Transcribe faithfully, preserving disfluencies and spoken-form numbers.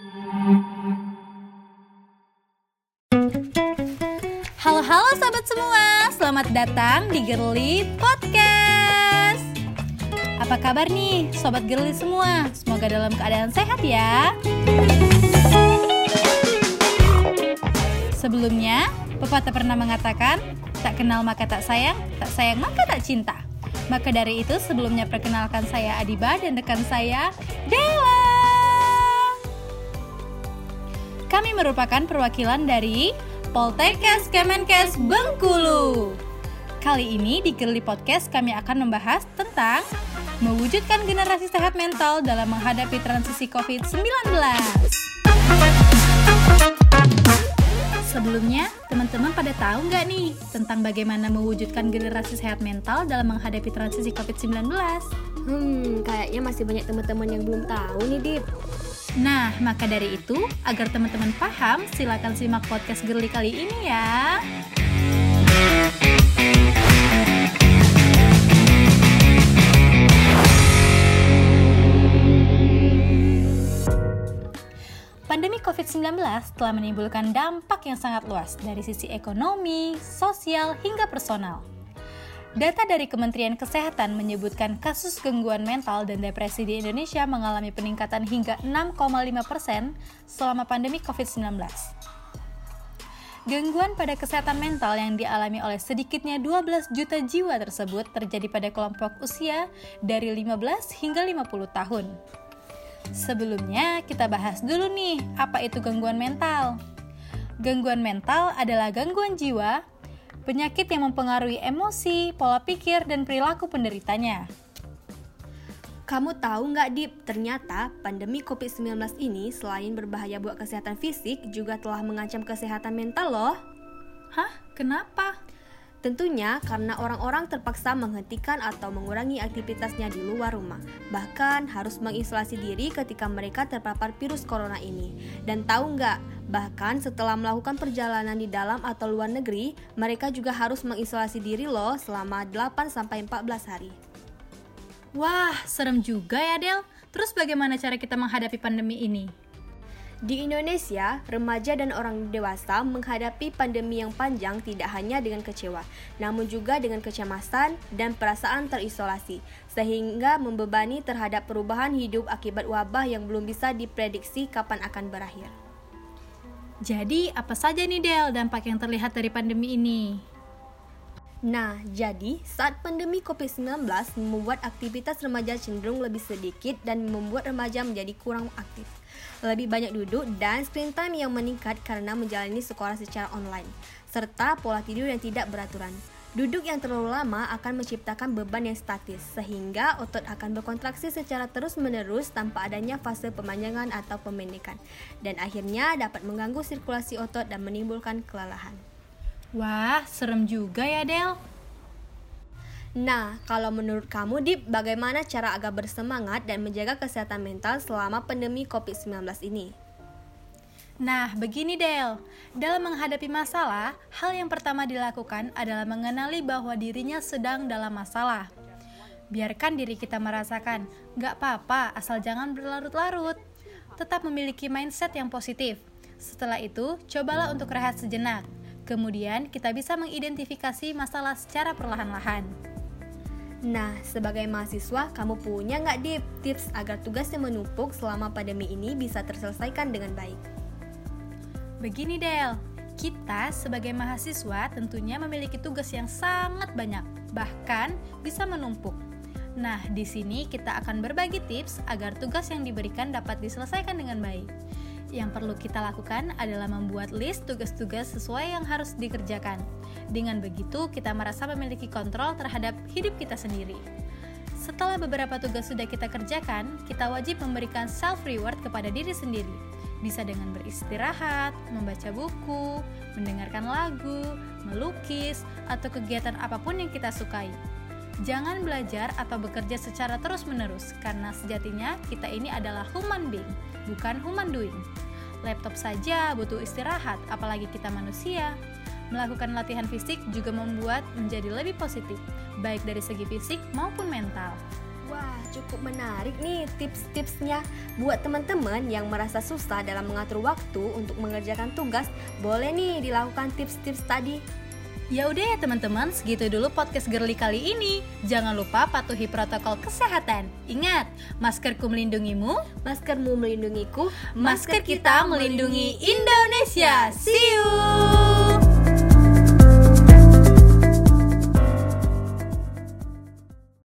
Halo-halo sahabat semua, selamat datang di Girly Podcast. Apa kabar nih sobat Girly semua? Semoga dalam keadaan sehat ya. Sebelumnya, pepatah pernah mengatakan, tak kenal maka tak sayang, tak sayang maka tak cinta. Maka dari itu sebelumnya perkenalkan saya Adiba dan rekan saya Della. Kami merupakan perwakilan dari Poltekkes Kemenkes Bengkulu. Kali ini di Girly Podcast kami akan membahas tentang mewujudkan generasi sehat mental dalam menghadapi transisi covid sembilan belas. Sebelumnya, teman-teman pada tahu nggak nih tentang bagaimana mewujudkan generasi sehat mental dalam menghadapi transisi covid sembilan belas? Hmm, kayaknya masih banyak teman-teman yang belum tahu nih, Dip. Nah, maka dari itu, agar teman-teman paham, silakan simak podcast Girly kali ini ya. Pandemi covid sembilan belas telah menimbulkan dampak yang sangat luas dari sisi ekonomi, sosial, hingga personal. Data dari Kementerian Kesehatan menyebutkan kasus gangguan mental dan depresi di Indonesia mengalami peningkatan hingga enam koma lima persen selama pandemi covid sembilan belas. Gangguan pada kesehatan mental yang dialami oleh sedikitnya dua belas juta jiwa tersebut terjadi pada kelompok usia dari lima belas hingga lima puluh tahun. Sebelumnya, kita bahas dulu nih, apa itu gangguan mental? Gangguan mental adalah gangguan jiwa, penyakit yang mempengaruhi emosi, pola pikir, dan perilaku penderitanya. Kamu tahu nggak, Dip? Ternyata pandemi covid sembilan belas ini selain berbahaya buat kesehatan fisik, juga telah mengancam kesehatan mental loh. Hah? Kenapa? Tentunya karena orang-orang terpaksa menghentikan atau mengurangi aktivitasnya di luar rumah. Bahkan harus mengisolasi diri ketika mereka terpapar virus corona ini. Dan tahu nggak? Bahkan setelah melakukan perjalanan di dalam atau luar negeri, mereka juga harus mengisolasi diri loh selama delapan sampai empat belas hari. Wah, serem juga ya Del. Terus bagaimana cara kita menghadapi pandemi ini? Di Indonesia, remaja dan orang dewasa menghadapi pandemi yang panjang tidak hanya dengan kecewa, namun juga dengan kecemasan dan perasaan terisolasi, sehingga membebani terhadap perubahan hidup akibat wabah yang belum bisa diprediksi kapan akan berakhir. Jadi, apa saja nih Del dampak yang terlihat dari pandemi ini? Nah, jadi saat pandemi covid sembilan belas membuat aktivitas remaja cenderung lebih sedikit dan membuat remaja menjadi kurang aktif. Lebih banyak duduk dan screen time yang meningkat karena menjalani sekolah secara online, serta pola tidur yang tidak beraturan. Duduk yang terlalu lama akan menciptakan beban yang statis, sehingga otot akan berkontraksi secara terus-menerus tanpa adanya fase pemanjangan atau pemendekan, dan akhirnya dapat mengganggu sirkulasi otot dan menimbulkan kelelahan. Wah, serem juga ya Del. Nah, kalau menurut kamu, Dip, bagaimana cara agar bersemangat dan menjaga kesehatan mental selama pandemi covid sembilan belas ini? Nah, begini Del, dalam menghadapi masalah, hal yang pertama dilakukan adalah mengenali bahwa dirinya sedang dalam masalah. Biarkan diri kita merasakan, gak apa-apa asal jangan berlarut-larut. Tetap memiliki mindset yang positif. Setelah itu, cobalah untuk rehat sejenak. Kemudian, kita bisa mengidentifikasi masalah secara perlahan-lahan. Nah, sebagai mahasiswa, kamu punya nggak, Dip, tips agar tugas yang menumpuk selama pandemi ini bisa terselesaikan dengan baik? Begini Del, kita sebagai mahasiswa tentunya memiliki tugas yang sangat banyak, bahkan bisa menumpuk. Nah, di sini kita akan berbagi tips agar tugas yang diberikan dapat diselesaikan dengan baik. Yang perlu kita lakukan adalah membuat list tugas-tugas sesuai yang harus dikerjakan. Dengan begitu, kita merasa memiliki kontrol terhadap hidup kita sendiri. Setelah beberapa tugas sudah kita kerjakan, kita wajib memberikan self-reward kepada diri sendiri. Bisa dengan beristirahat, membaca buku, mendengarkan lagu, melukis, atau kegiatan apapun yang kita sukai. Jangan belajar atau bekerja secara terus-menerus, karena sejatinya kita ini adalah human being, bukan human doing. Laptop saja butuh istirahat, apalagi kita manusia. Melakukan latihan fisik juga membuat menjadi lebih positif, baik dari segi fisik maupun mental. Wah, cukup menarik nih tips-tipsnya. Buat teman-teman yang merasa susah dalam mengatur waktu untuk mengerjakan tugas, boleh nih dilakukan tips-tips tadi. Ya udah ya teman-teman, segitu dulu podcast Girly kali ini. Jangan lupa patuhi protokol kesehatan. Ingat, maskerku melindungimu, maskermu melindungiku, masker kita melindungi Indonesia. See you.